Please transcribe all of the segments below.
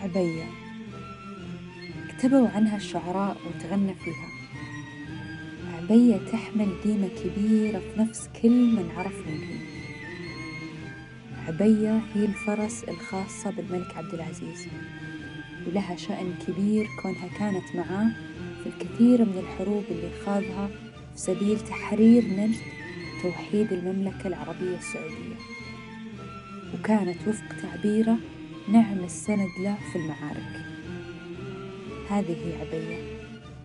عبية كتبوا عنها الشعراء وتغنى فيها. عبية تحمل قيمة كبيرة في نفس كل من عرف مين هي. عبية هي الفرس الخاصة بالملك عبد العزيز، ولها شأن كبير كونها كانت معاه في الكثير من الحروب اللي خاضها في سبيل تحرير نجد وتوحيد المملكة العربية السعودية، وكانت وفق تعبيره نعم السند له في المعارك. هذه هي عبية.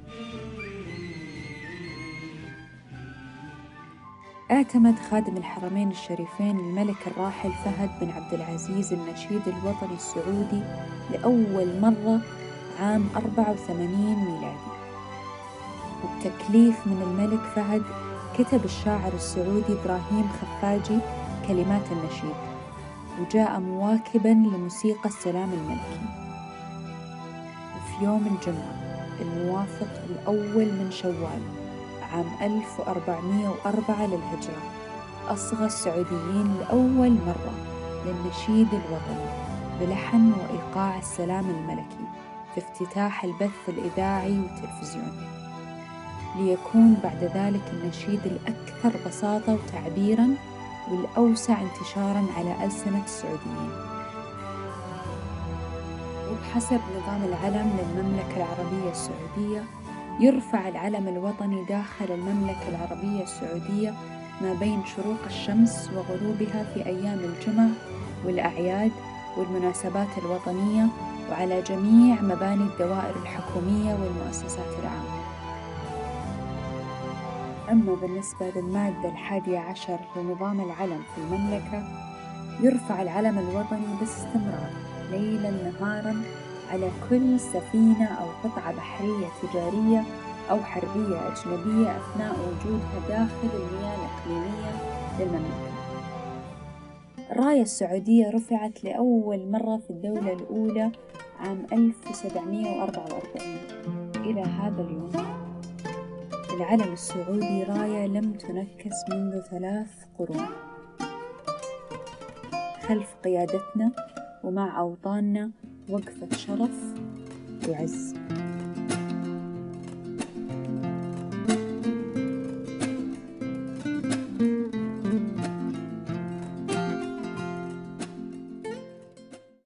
اعتمد خادم الحرمين الشريفين الملك الراحل فهد بن عبد العزيز النشيد الوطني السعودي لأول مرة عام 84 ميلادي، وبتكليف من الملك فهد كتب الشاعر السعودي إبراهيم خفاجي كلمات النشيد، وجاء مواكبا لموسيقى السلام الملكي. وفي يوم الجمعة الموافق الأول من شوال عام 1404 للهجرة أصغى السعوديين لأول مرة للنشيد الوطني بلحن وإيقاع السلام الملكي في افتتاح البث الإذاعي والتلفزيوني، ليكون بعد ذلك النشيد الأكثر بساطة وتعبيراً والأوسع انتشاراً على ألسنة السعوديين. وبحسب نظام العلم للمملكة العربية السعودية، يرفع العلم الوطني داخل المملكة العربية السعودية ما بين شروق الشمس وغروبها في أيام الجمع والأعياد والمناسبات الوطنية، وعلى جميع مباني الدوائر الحكومية والمؤسسات العامة. أما بالنسبة للمادة 11 لنظام العلم في المملكة، يرفع العلم الوطني باستمرار ليلاً نهاراً على كل سفينة أو قطعة بحرية تجارية أو حربية أجنبية أثناء وجودها داخل المياه الإقليمية للمملكة. الراية السعودية رفعت لأول مرة في الدولة الأولى عام 1744. إلى هذا اليوم العلم السعودي راية لم تنكس منذ 3 قرون خلف قيادتنا، ومع أوطاننا وقفة شرف وعز.